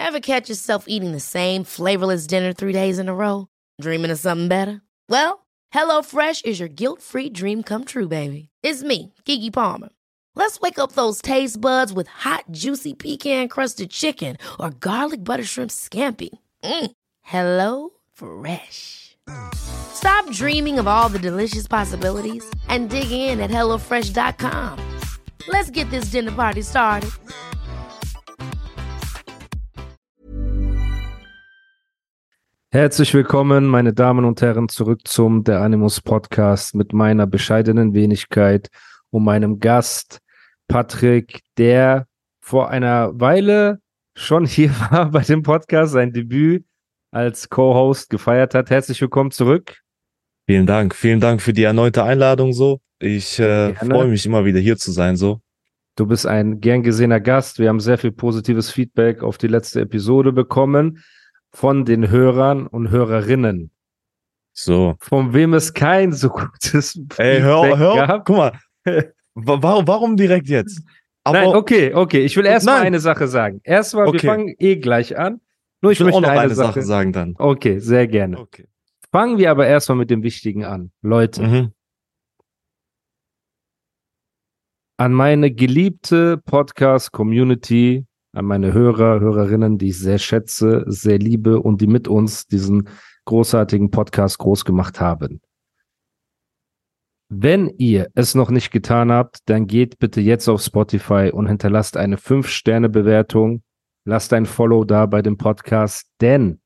Ever catch yourself eating the same flavorless dinner 3 days in a row? Dreaming of something better? Well, HelloFresh is your guilt-free dream come true, baby. It's me, Keke Palmer. Let's wake up those taste buds with hot, juicy pecan-crusted chicken or garlic butter shrimp scampi. Hello Fresh. Stop dreaming of all the delicious possibilities and dig in at HelloFresh.com. Let's get this dinner party started. Herzlich willkommen, meine Damen und Herren, zurück zum Der Animus Podcast mit meiner bescheidenen Wenigkeit und meinem Gast Patrick, der vor einer Weile schon hier war bei dem Podcast, sein Debüt als Co-Host gefeiert hat. Herzlich willkommen zurück. Vielen Dank für die erneute Einladung so. Ich freue mich immer wieder hier zu sein so. Du bist ein gern gesehener Gast. Wir haben sehr viel positives Feedback auf die letzte Episode bekommen von den Hörern und Hörerinnen. So. Von wem es kein so gutes Feedback hör, gab. Guck mal, warum direkt jetzt? Aber Nein, okay. Ich will erstmal eine Sache sagen. Erstmal, wir fangen gleich an. Nur ich will auch noch eine Sache sagen dann. Okay, sehr gerne. Okay. Fangen wir aber erstmal mit dem Wichtigen an. Leute, an meine geliebte Podcast-Community, an meine Hörer, Hörerinnen, die ich sehr schätze, sehr liebe und die mit uns diesen großartigen Podcast groß gemacht haben. Wenn ihr es noch nicht getan habt, dann geht bitte jetzt auf Spotify und hinterlasst eine 5-Sterne-Bewertung. Lasst ein Follow da bei dem Podcast, denn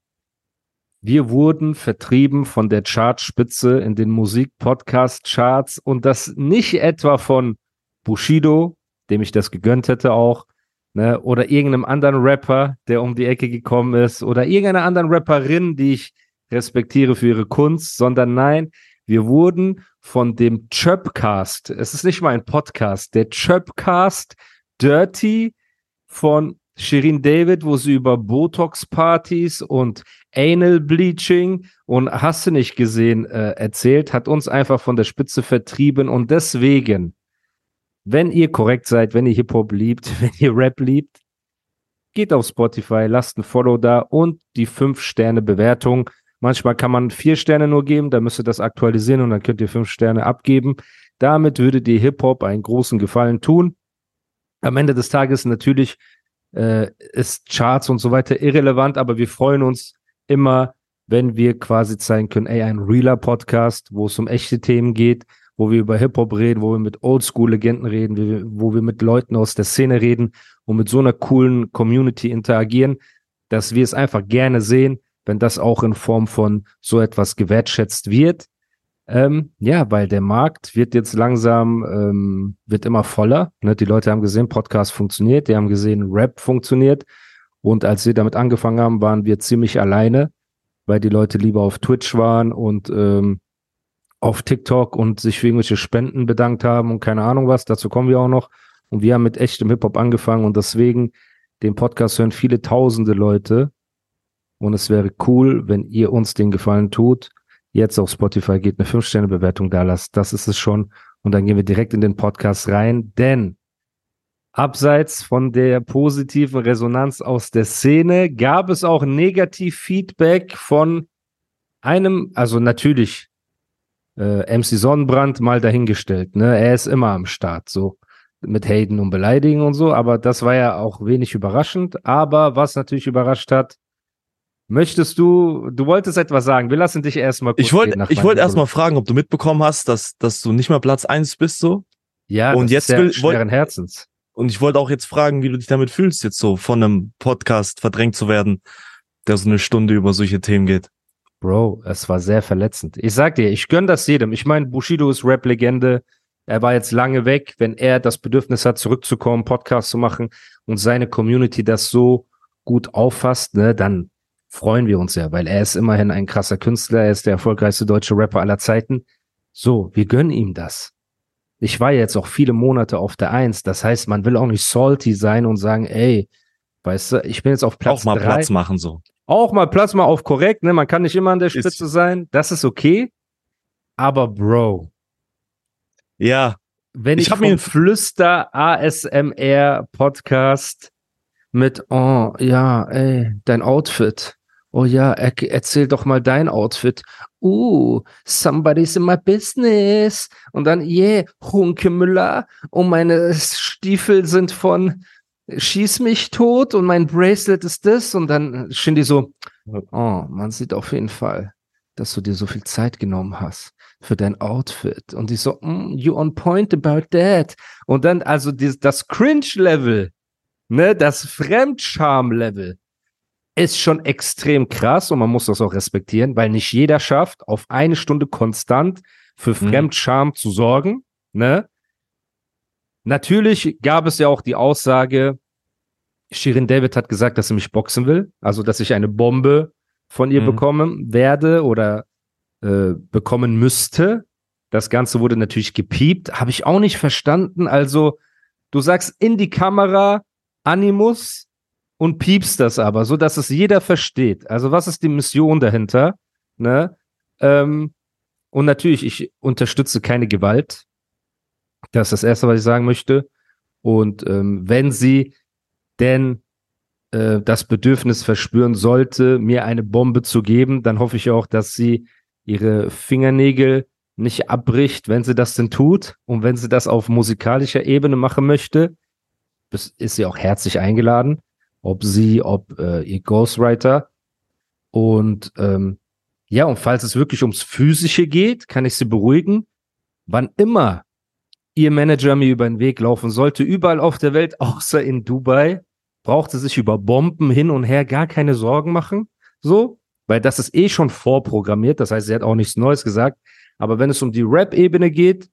wir wurden vertrieben von der Chartspitze in den Musik-Podcast-Charts und das nicht etwa von Bushido, dem ich das gegönnt hätte auch, ne, oder irgendeinem anderen Rapper, der um die Ecke gekommen ist, oder irgendeiner anderen Rapperin, die ich respektiere für ihre Kunst, sondern nein, wir wurden von dem Chöpcast, es ist nicht mal ein Podcast, der Chöpcast Dirty von Shirin David, wo sie über Botox-Partys und Anal Bleaching und hast du nicht gesehen erzählt, hat uns einfach von der Spitze vertrieben und deswegen, wenn ihr korrekt seid, wenn ihr Hip-Hop liebt, wenn ihr Rap liebt, geht auf Spotify, lasst ein Follow da und die 5-Sterne-Bewertung. Manchmal kann man 4 Sterne nur geben, da müsst ihr das aktualisieren und dann könnt ihr 5 Sterne abgeben. Damit würdet ihr Hip-Hop einen großen Gefallen tun. Am Ende des Tages natürlich ist Charts und so weiter irrelevant, aber wir freuen uns immer, wenn wir quasi zeigen können, ein realer Podcast, wo es um echte Themen geht, wo wir über Hip-Hop reden, wo wir mit Oldschool-Legenden reden, wo wir mit Leuten aus der Szene reden und mit so einer coolen Community interagieren, dass wir es einfach gerne sehen, wenn das auch in Form von so etwas gewertschätzt wird. Weil der Markt wird jetzt langsam, wird immer voller. Ne? Die Leute haben gesehen, Podcast funktioniert, die haben gesehen, Rap funktioniert. Und als wir damit angefangen haben, waren wir ziemlich alleine, weil die Leute lieber auf Twitch waren und auf TikTok und sich für irgendwelche Spenden bedankt haben und keine Ahnung was. Dazu kommen wir auch noch. Und wir haben mit echtem Hip-Hop angefangen und deswegen den Podcast hören viele tausende Leute. Und es wäre cool, wenn ihr uns den Gefallen tut. Jetzt auf Spotify geht eine 5-Sterne-Bewertung da lasst. Das ist es schon. Und dann gehen wir direkt in den Podcast rein. Denn abseits von der positiven Resonanz aus der Szene gab es auch Negativ-Feedback von einem, also natürlich MC Sonnenbrand mal dahingestellt. Ne? Er ist immer am Start, so mit Haten und Beleidigen und so. Aber das war ja auch wenig überraschend. Aber was natürlich überrascht hat, möchtest du wolltest etwas sagen. Wir lassen dich erstmal kurz Ich wollte erstmal fragen, ob du mitbekommen hast, dass du nicht mehr Platz 1 bist so. Ja, und das jetzt ist schweren Herzens. Und ich wollte auch jetzt fragen, wie du dich damit fühlst, jetzt so von einem Podcast verdrängt zu werden, der so eine Stunde über solche Themen geht. Bro, es war sehr verletzend. Ich sag dir, ich gönn das jedem. Ich meine, Bushido ist Rap-Legende. Er war jetzt lange weg. Wenn er das Bedürfnis hat, zurückzukommen, Podcast zu machen und seine Community das so gut auffasst, ne, dann freuen wir uns ja, weil er ist immerhin ein krasser Künstler. Er ist der erfolgreichste deutsche Rapper aller Zeiten. So, wir gönnen ihm das. Ich war jetzt auch viele Monate auf der 1. Das heißt, man will auch nicht salty sein und sagen, ey, weißt du, ich bin jetzt auf Platz 3. Auch mal 3. Platz machen so. Auch mal Platz mal auf korrekt, ne? Man kann nicht immer an der Spitze sein. Das ist okay. Aber Bro. Ja. Wenn ich vom Flüster ASMR Podcast mit, oh ja, ey, dein Outfit. Oh ja, erzähl doch mal dein Outfit. Somebody's in my business. Und dann, yeah, Hunkemüller. Und meine Stiefel sind von Schieß mich tot und mein Bracelet ist das. Und dann Shindy so, oh, man sieht auf jeden Fall, dass du dir so viel Zeit genommen hast für dein Outfit. Und ich so, you on point about that. Und dann also das Cringe-Level, ne, das Fremdscham-Level ist schon extrem krass und man muss das auch respektieren, weil nicht jeder schafft, auf eine Stunde konstant für Fremdscham zu sorgen, ne? Natürlich gab es ja auch die Aussage, Shirin David hat gesagt, dass sie mich boxen will, also dass ich eine Bombe von ihr bekommen werde oder bekommen müsste. Das Ganze wurde natürlich gepiept, habe ich auch nicht verstanden. Also du sagst in die Kamera Animus und piepst das aber, so dass es jeder versteht. Also was ist die Mission dahinter? Ne? Und natürlich, ich unterstütze keine Gewalt. Das ist das Erste, was ich sagen möchte. Und wenn sie denn das Bedürfnis verspüren sollte, mir eine Bombe zu geben, dann hoffe ich auch, dass sie ihre Fingernägel nicht abbricht, wenn sie das denn tut. Und wenn sie das auf musikalischer Ebene machen möchte, ist sie auch herzlich eingeladen. Ob ihr Ghostwriter. Und ja, und falls es wirklich ums Physische geht, kann ich sie beruhigen. Wann immer ihr Manager mir über den Weg laufen sollte, überall auf der Welt, außer in Dubai, braucht sie sich über Bomben hin und her gar keine Sorgen machen. So, weil das ist eh schon vorprogrammiert. Das heißt, sie hat auch nichts Neues gesagt. Aber wenn es um die Rap-Ebene geht,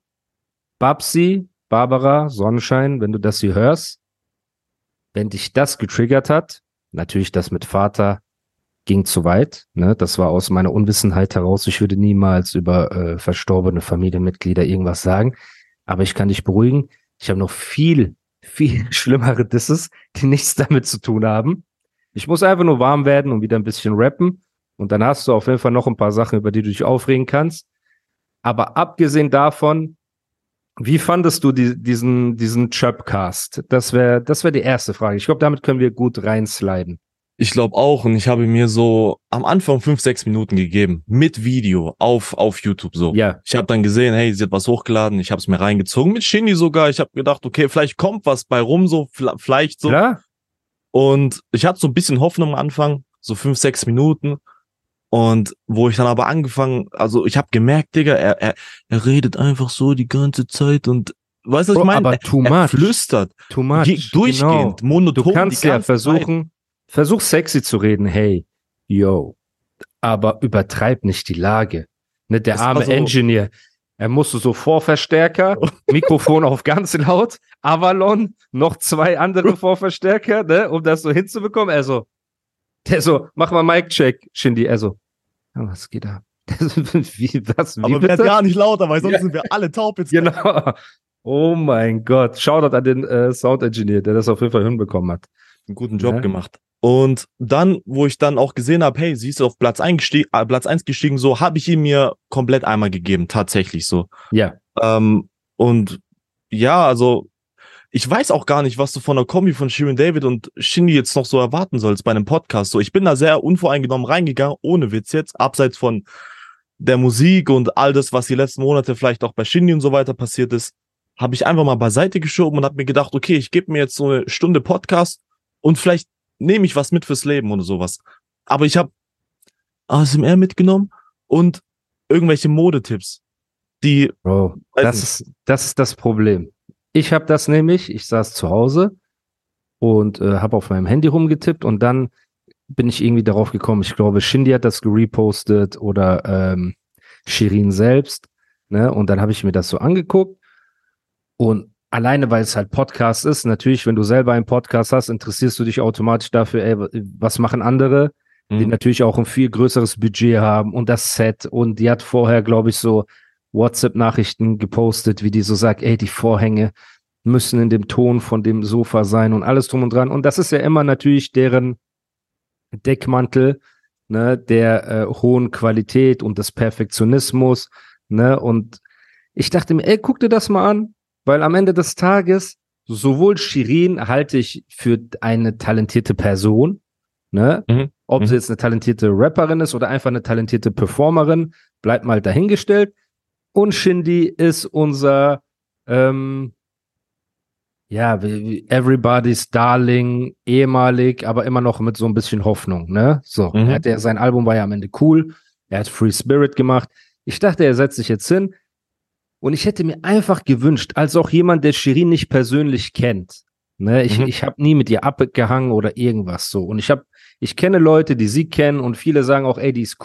Babsi, Barbara, Sonnenschein, wenn du das hier hörst, wenn dich das getriggert hat, natürlich das mit Vater ging zu weit, ne? Das war aus meiner Unwissenheit heraus. Ich würde niemals über verstorbene Familienmitglieder irgendwas sagen. Aber ich kann dich beruhigen, ich habe noch viel, viel schlimmere Disses, die nichts damit zu tun haben. Ich muss einfach nur warm werden und wieder ein bisschen rappen. Und dann hast du auf jeden Fall noch ein paar Sachen, über die du dich aufregen kannst. Aber abgesehen davon, wie fandest du diesen Chöpcast? Das wäre die erste Frage. Ich glaube, damit können wir gut reinsliden. Ich glaube auch, und ich habe mir so am Anfang 5-6 Minuten gegeben, mit Video auf YouTube so. Ja. Ich habe dann gesehen, hey, sie hat was hochgeladen, ich habe es mir reingezogen, mit Shindy sogar. Ich habe gedacht, okay, vielleicht kommt was bei rum, so vielleicht so. Klar. Und ich hatte so ein bisschen Hoffnung am Anfang, so 5-6 Minuten. Und wo ich dann aber also ich habe gemerkt, Digga, er redet einfach so die ganze Zeit und weißt du, was ich meine? Aber too much. Er flüstert. Too much. Durchgehend, Genau. monoton. Du kannst ja versuch sexy zu reden, hey, yo, aber übertreib nicht die Lage. Ne, der arme Engineer, er musste so Vorverstärker, Mikrofon auf ganz laut, Avalon, noch 2 andere Vorverstärker, ne, um das so hinzubekommen. Der so, mach mal Mic-Check, Shindy. Was geht da? Wie aber wird gar nicht lauter, weil sonst sind wir alle taub jetzt. Genau. Oh mein Gott. Shoutout an den Sound-Engineer, der das auf jeden Fall hinbekommen hat. Einen guten Job gemacht. Und dann, wo ich dann auch gesehen habe, hey, sie ist auf Platz 1 gestiegen, so habe ich ihn mir komplett einmal gegeben, tatsächlich so. Ja. Und ja, also ich weiß auch gar nicht, was du von der Kombi von Shirin David und Shindy jetzt noch so erwarten sollst bei einem Podcast. So, ich bin da sehr unvoreingenommen reingegangen, ohne Witz jetzt, abseits von der Musik und all das, was die letzten Monate vielleicht auch bei Shindy und so weiter passiert ist, habe ich einfach mal beiseite geschoben und habe mir gedacht, okay, ich gebe mir jetzt so eine Stunde Podcast und vielleicht nehme ich was mit fürs Leben oder sowas. Aber ich habe ASMR mitgenommen und irgendwelche Modetipps, die... Bro, das ist das Problem. Ich habe das nämlich, ich saß zu Hause und habe auf meinem Handy rumgetippt und dann bin ich irgendwie darauf gekommen, ich glaube, Shindy hat das gerepostet oder Shirin selbst, ne? Und dann habe ich mir das so angeguckt und alleine, weil es halt Podcast ist, natürlich, wenn du selber einen Podcast hast, interessierst du dich automatisch dafür, ey, was machen andere, die natürlich auch ein viel größeres Budget haben und das Set und die hat vorher, glaube ich, so WhatsApp-Nachrichten gepostet, wie die so sagt, ey, die Vorhänge müssen in dem Ton von dem Sofa sein und alles drum und dran. Und das ist ja immer natürlich deren Deckmantel, ne, der hohen Qualität und des Perfektionismus, ne, und ich dachte mir, ey, guck dir das mal an, weil am Ende des Tages, sowohl Shirin halte ich für eine talentierte Person, ne? Ob sie jetzt eine talentierte Rapperin ist oder einfach eine talentierte Performerin, bleibt mal dahingestellt. Und Shindy ist unser Everybody's Darling, ehemalig, aber immer noch mit so ein bisschen Hoffnung, ne? So, sein Album war ja am Ende cool, er hat Free Spirit gemacht. Ich dachte, er setzt sich jetzt hin und ich hätte mir einfach gewünscht, als auch jemand, der Shirin nicht persönlich kennt, ne? Ich habe nie mit ihr abgehangen oder irgendwas so und ich kenne Leute, die sie kennen und viele sagen auch, ey, die ist cool.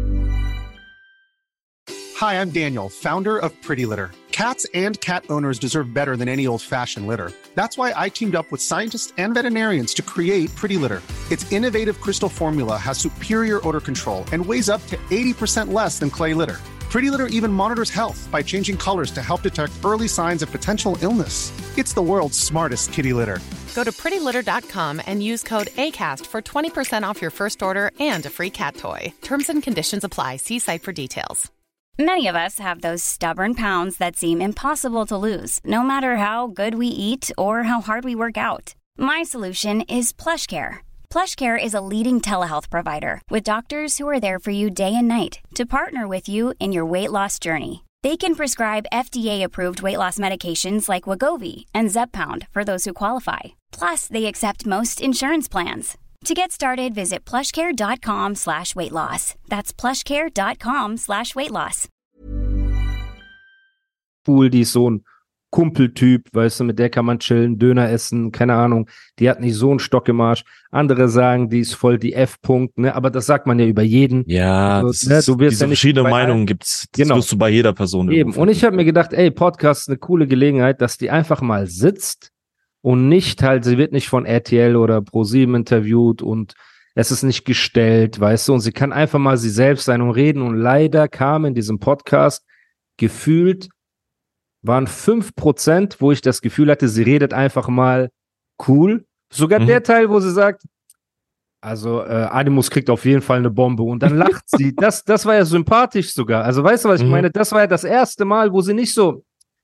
Hi, I'm Daniel, founder of Pretty Litter. Cats and cat owners deserve better than any old-fashioned litter. That's why I teamed up with scientists and veterinarians to create Pretty Litter. Its innovative crystal formula has superior odor control and weighs up to 80% less than clay litter. Pretty Litter even monitors health by changing colors to help detect early signs of potential illness. It's the world's smartest kitty litter. Go to prettylitter.com and use code ACAST for 20% off your first order and a free cat toy. Terms and conditions apply. See site for details. Many of us have those stubborn pounds that seem impossible to lose, no matter how good we eat or how hard we work out. My solution is PlushCare. PlushCare is a leading telehealth provider with doctors who are there for you day and night to partner with you in your weight loss journey. They can prescribe FDA-approved weight loss medications like Wegovy and Zepbound for those who qualify. Plus, they accept most insurance plans. To get started, visit plushcare.com/weightloss. That's plushcare.com/weightloss. Cool, die ist so ein Kumpeltyp, weißt du, mit der kann man chillen, Döner essen, keine Ahnung. Die hat nicht so einen Stock im Arsch. Andere sagen, die ist voll die F-Punkt, ne? Aber das sagt man ja über jeden. Ja, also, ne? Du wirst diese ja nicht verschiedene Meinungen gibt's. Das wirst du bei jeder Person. Eben. Und ich habe mir gedacht, ey, Podcast ist eine coole Gelegenheit, dass die einfach mal sitzt und nicht halt, sie wird nicht von RTL oder ProSieben interviewt und es ist nicht gestellt, weißt du, und sie kann einfach mal sie selbst sein und reden und leider kam in diesem Podcast gefühlt waren 5%, wo ich das Gefühl hatte, sie redet einfach mal cool. Sogar der Teil, wo sie sagt, also Animus kriegt auf jeden Fall eine Bombe und dann lacht sie. Das war ja sympathisch sogar. Also weißt du, was ich meine? Das war ja das erste Mal, wo sie nicht so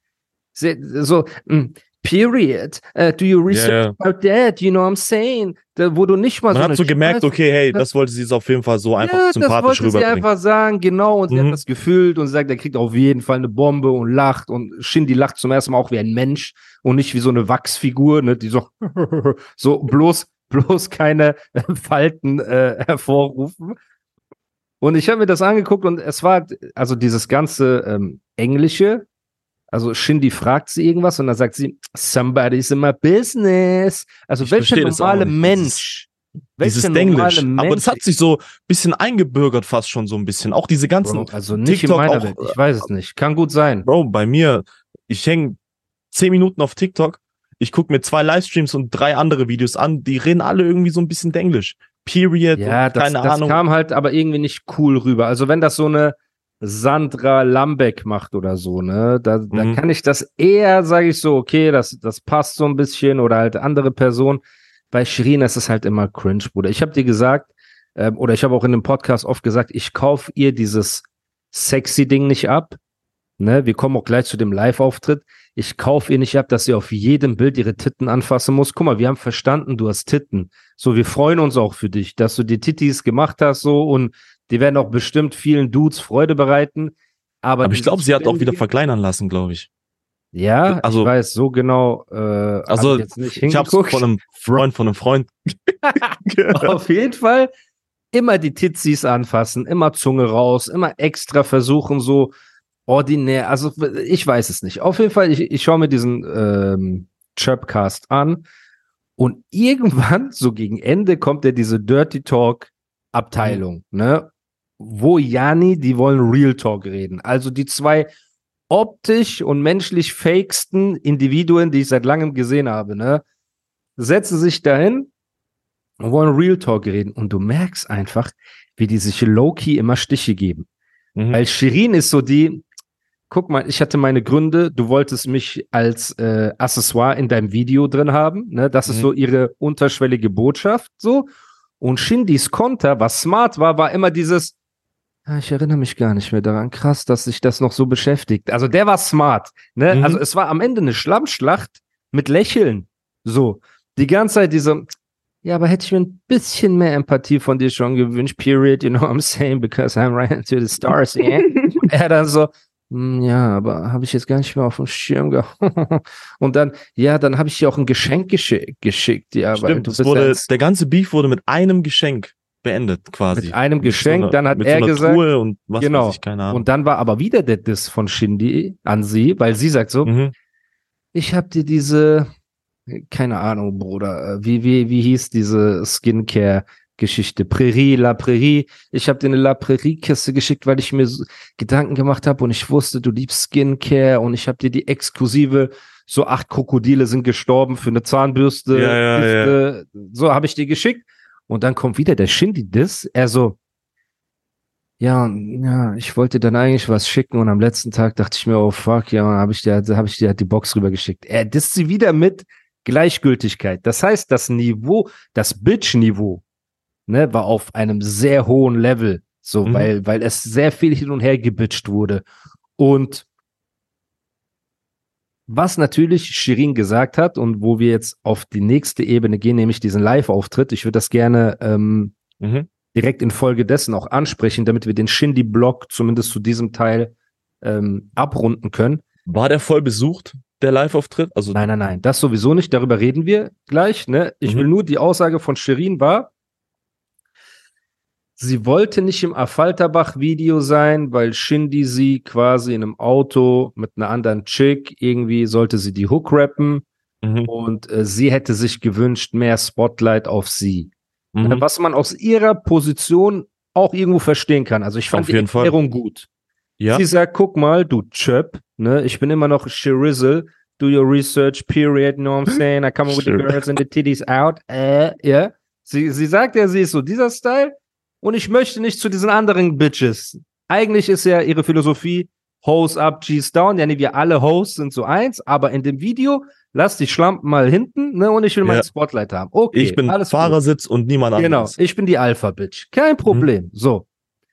period, do you research about that, you know what I'm saying? Wo du nicht mal Man hat so gemerkt, okay, hey, das wollte sie jetzt auf jeden Fall so einfach sympathisch rüberbringen. Das wollte sie einfach sagen, genau, und sie hat das gefühlt und sagt, er kriegt auf jeden Fall eine Bombe und lacht und Shindy lacht zum ersten Mal auch wie ein Mensch und nicht wie so eine Wachsfigur, ne, die so, so bloß keine Falten hervorrufen. Und ich habe mir das angeguckt und es war, also dieses ganze Englische, also Shindy fragt sie irgendwas und dann sagt sie, somebody's in my business. Also welcher normale Mensch? Dieses Denglisch. Aber das hat sich so ein bisschen eingebürgert fast schon so ein bisschen. Auch diese ganzen also nicht TikTok in meiner Welt. Ich weiß es nicht. Kann gut sein. Bro, bei mir, ich hänge 10 Minuten auf TikTok, ich gucke mir 2 Livestreams und 3 andere Videos an, die reden alle irgendwie so ein bisschen Denglisch. Period. Ja, keine Ahnung. Das kam halt aber irgendwie nicht cool rüber. Also wenn das so eine Sandra Lambeck macht oder so, ne, da kann ich das eher, sage ich so, okay, das passt so ein bisschen oder halt andere Personen. Bei Shirin ist es halt immer cringe, Bruder. Ich habe dir gesagt, oder ich habe auch in dem Podcast oft gesagt, ich kaufe ihr dieses sexy Ding nicht ab, ne, wir kommen auch gleich zu dem Live-Auftritt. Ich kaufe ihr nicht ab, dass sie auf jedem Bild ihre Titten anfassen muss. Guck mal, wir haben verstanden, du hast Titten. So, wir freuen uns auch für dich, dass du die Tittis gemacht hast, so, und die werden auch bestimmt vielen Dudes Freude bereiten. Aber ich glaube, sie hat auch wieder verkleinern lassen, glaube ich. Ja, also, ich weiß, so genau. Also, ich habe es von einem Freund. Auf jeden Fall immer die Titsis anfassen, immer Zunge raus, immer extra versuchen, so ordinär. Also, ich weiß es nicht. Auf jeden Fall, ich schaue mir diesen Chirpcast an und irgendwann, so gegen Ende, kommt ja diese Dirty Talk Abteilung, ne? Wo Jani, die wollen Real Talk reden. Also die 2 optisch und menschlich fakesten Individuen, die ich seit langem gesehen habe, ne? Setzen sich dahin und wollen Real Talk reden. Und du merkst einfach, wie die sich low-key immer Stiche geben. Weil Shirin ist so die, guck mal, ich hatte meine Gründe, du wolltest mich als Accessoire in deinem Video drin haben, ne? Das ist so ihre unterschwellige Botschaft, so. Und Shindys Konter, was smart war immer dieses, ich erinnere mich gar nicht mehr daran, krass, dass sich das noch so beschäftigt. Also der war smart, ne? Also es war am Ende eine Schlammschlacht mit Lächeln. So, die ganze Zeit diese, ja, aber hätte ich mir ein bisschen mehr Empathie von dir schon gewünscht, period, you know what I'm saying, because I'm right into the stars, yeah. Er dann so, ja, aber habe ich jetzt gar nicht mehr auf dem Schirm gehabt. Und dann, ja, dann habe ich dir auch ein Geschenk geschickt. Ja, weil Stimmt, der ganze Beef wurde mit einem Geschenk beendet, quasi. Mit einem Geschenk, dann hat mit er so einer gesagt, Truhe und was genau. weiß ich, keine Ahnung. Und dann war aber wieder der Diss von Shindy an sie, weil sie sagt so, ich habe dir diese, keine Ahnung, Bruder, wie hieß diese Skincare-Geschichte? La Prairie. Ich habe dir eine La Prairie-Kiste geschickt, weil ich mir so Gedanken gemacht habe und ich wusste, du liebst Skincare und ich habe dir die exklusive, so 8 Krokodile sind gestorben für eine Zahnbürste. Ja. So habe ich dir geschickt. Und dann kommt wieder der Shindy-Diss. Er so, ja, ich wollte dann eigentlich was schicken und am letzten Tag dachte ich mir, oh fuck, ja, habe ich dir halt die Box rübergeschickt. Er disst sie wieder mit Gleichgültigkeit. Das heißt, das Niveau, das Bitch-Niveau, ne, war auf einem sehr hohen Level, so, weil es sehr viel hin und her gebitcht wurde. Und was natürlich Shirin gesagt hat und wo wir jetzt auf die nächste Ebene gehen, nämlich diesen Live-Auftritt, ich würde das gerne direkt in Folge dessen auch ansprechen, damit wir den Shindy-Blog zumindest zu diesem Teil abrunden können. War der voll besucht, der Live-Auftritt? Also Nein, das sowieso nicht, darüber reden wir gleich. Ne? Ich will nur, die Aussage von Shirin war, sie wollte nicht im Affalterbach-Video sein, weil Shindy sie quasi in einem Auto mit einer anderen Chick, irgendwie sollte sie die Hook rappen und sie hätte sich gewünscht, mehr Spotlight auf sie. Was man aus ihrer Position auch irgendwo verstehen kann. Also ich fand die Erklärung gut. Ja. Sie sagt, guck mal, du Chöp, ne, ich bin immer noch Shirizzle, do your research, period, you know what I'm saying, I come with the girls and the titties out, yeah. Sie sagt ja, sie ist so dieser Style und ich möchte nicht zu diesen anderen Bitches. Eigentlich ist ja ihre Philosophie, Hoes up, G's down, ja, nee, wir alle Hoes sind so eins, aber in dem Video lass die Schlampen mal hinten, ne, und ich will mein Spotlight haben. Okay, ich bin alles Fahrersitz und niemand anderes. Genau, ich bin die Alpha-Bitch. Kein Problem. So.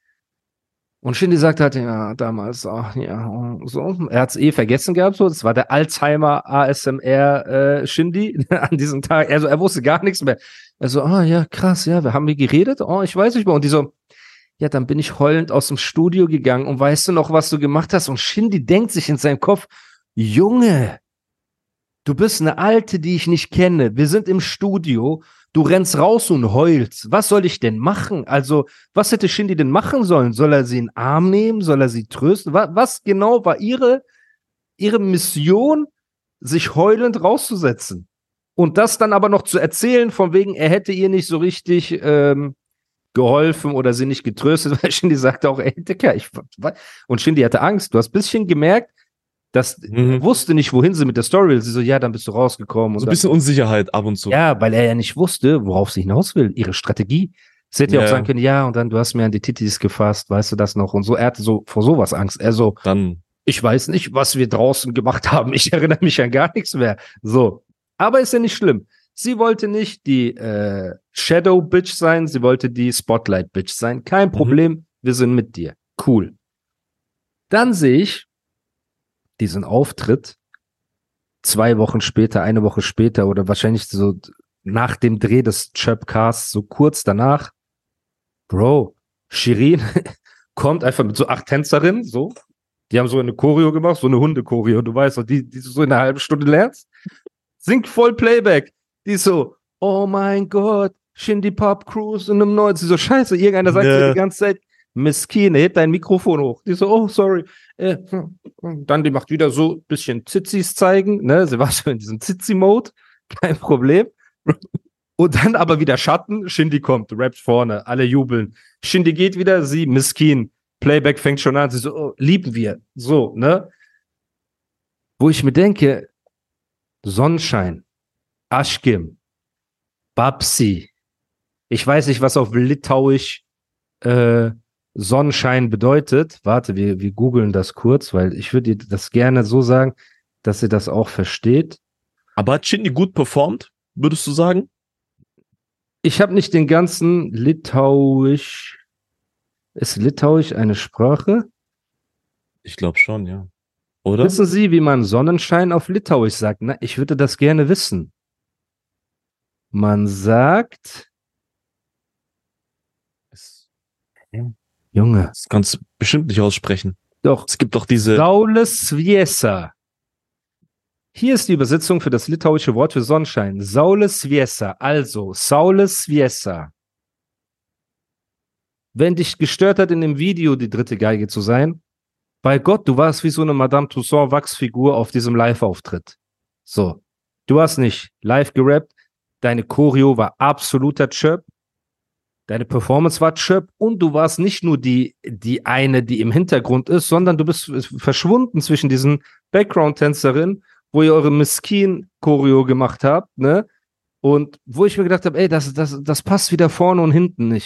Und Shindy sagt halt, ja, damals, ach, ja, so. Er hat's vergessen gehabt, so. Das war der Alzheimer ASMR Shindy an diesem Tag. Also, er wusste gar nichts mehr. Er so, ja, krass, ja, wir haben hier geredet. Oh, ich weiß nicht mehr. Und die so, ja, dann bin ich heulend aus dem Studio gegangen und weißt du noch, was du gemacht hast? Und Shindy denkt sich in seinem Kopf, Junge, du bist eine Alte, die ich nicht kenne. Wir sind im Studio. Du rennst raus und heulst. Was soll ich denn machen? Also, was hätte Shindy denn machen sollen? Soll er sie in den Arm nehmen? Soll er sie trösten? Was genau war ihre Mission, sich heulend rauszusetzen? Und das dann aber noch zu erzählen, von wegen, er hätte ihr nicht so richtig geholfen oder sie nicht getröstet, weil Shindy sagte auch, ey, Dicker, und Shindy hatte Angst. Du hast ein bisschen gemerkt, dass wusste nicht, wohin sie mit der Story will. Sie so, ja, dann bist du rausgekommen. So ein bisschen Unsicherheit ab und zu. Ja, weil er ja nicht wusste, worauf sie hinaus will. Ihre Strategie. Sie hätte ja auch sagen können, ja, und dann, du hast mir an die Tittis gefasst, weißt du das noch? Und so, er hatte so vor sowas Angst. Er so, dann, ich weiß nicht, was wir draußen gemacht haben. Ich erinnere mich an gar nichts mehr. So. Aber ist ja nicht schlimm. Sie wollte nicht die Shadow-Bitch sein, sie wollte die Spotlight-Bitch sein. Kein Problem, wir sind mit dir. Cool. Dann sehe ich diesen Auftritt 2 Wochen später, 1 Woche später oder wahrscheinlich so nach dem Dreh des Chöp-Casts, so kurz danach. Bro, Shirin kommt einfach mit so 8 Tänzerinnen, so. Die haben so eine Choreo gemacht, so eine Hunde-Choreo, du weißt, die du so in einer halben Stunde lernst. Singt voll Playback. Die ist so, oh mein Gott, Shindy Pop Cruise in einem neuen. Sie so, scheiße, irgendeiner sagt dir die ganze Zeit, Miskin, hebt dein Mikrofon hoch. Die so, oh, sorry. Dann, die macht wieder so ein bisschen Zitzis zeigen, ne? Sie war schon in diesem Zitzi-Mode. Kein Problem. Und dann aber wieder Schatten. Shindy kommt, rappt vorne, alle jubeln. Shindy geht wieder, sie, Miskin. Playback fängt schon an. Sie so, oh, lieben wir. So, ne? Wo ich mir denke, Sonnenschein, Aschkim, Babsi. Ich weiß nicht, was auf Litauisch Sonnenschein bedeutet. Warte, wir googeln das kurz, weil ich würde dir das gerne so sagen, dass ihr das auch versteht. Aber hat Shindy gut performt, würdest du sagen? Ich habe nicht den ganzen Litauisch. Ist Litauisch eine Sprache? Ich glaube schon, ja. Oder? Wissen Sie, wie man Sonnenschein auf Litauisch sagt? Na, ich würde das gerne wissen. Man sagt... Junge. Das kannst du bestimmt nicht aussprechen. Doch. Es gibt doch diese... Saules Sviesa. Hier ist die Übersetzung für das litauische Wort für Sonnenschein. Saules Sviesa. Also, Saules Sviesa. Wenn dich gestört hat, in dem Video die dritte Geige zu sein, bei Gott, du warst wie so eine Madame Tussauds Wachsfigur auf diesem Live-Auftritt. So. Du hast nicht live gerappt. Deine Choreo war absoluter Chirp. Deine Performance war Chirp. Und du warst nicht nur die eine, die im Hintergrund ist, sondern du bist verschwunden zwischen diesen Background-Tänzerinnen, wo ihr eure Miskin-Choreo gemacht habt, ne? Und wo ich mir gedacht habe, ey, das passt wieder vorne und hinten nicht.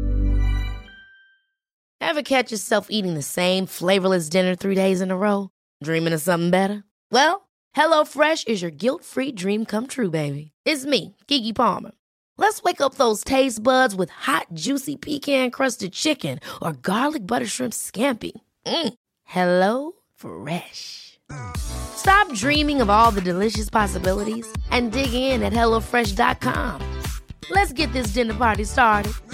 Ever catch yourself eating the same flavorless dinner 3 days in a row? Dreaming of something better? Well, HelloFresh is your guilt-free dream come true, baby. It's me, Keke Palmer. Let's wake up those taste buds with hot, juicy pecan-crusted chicken or garlic butter shrimp scampi. Hello Fresh. Stop dreaming of all the delicious possibilities and dig in at HelloFresh.com. Let's get this dinner party started.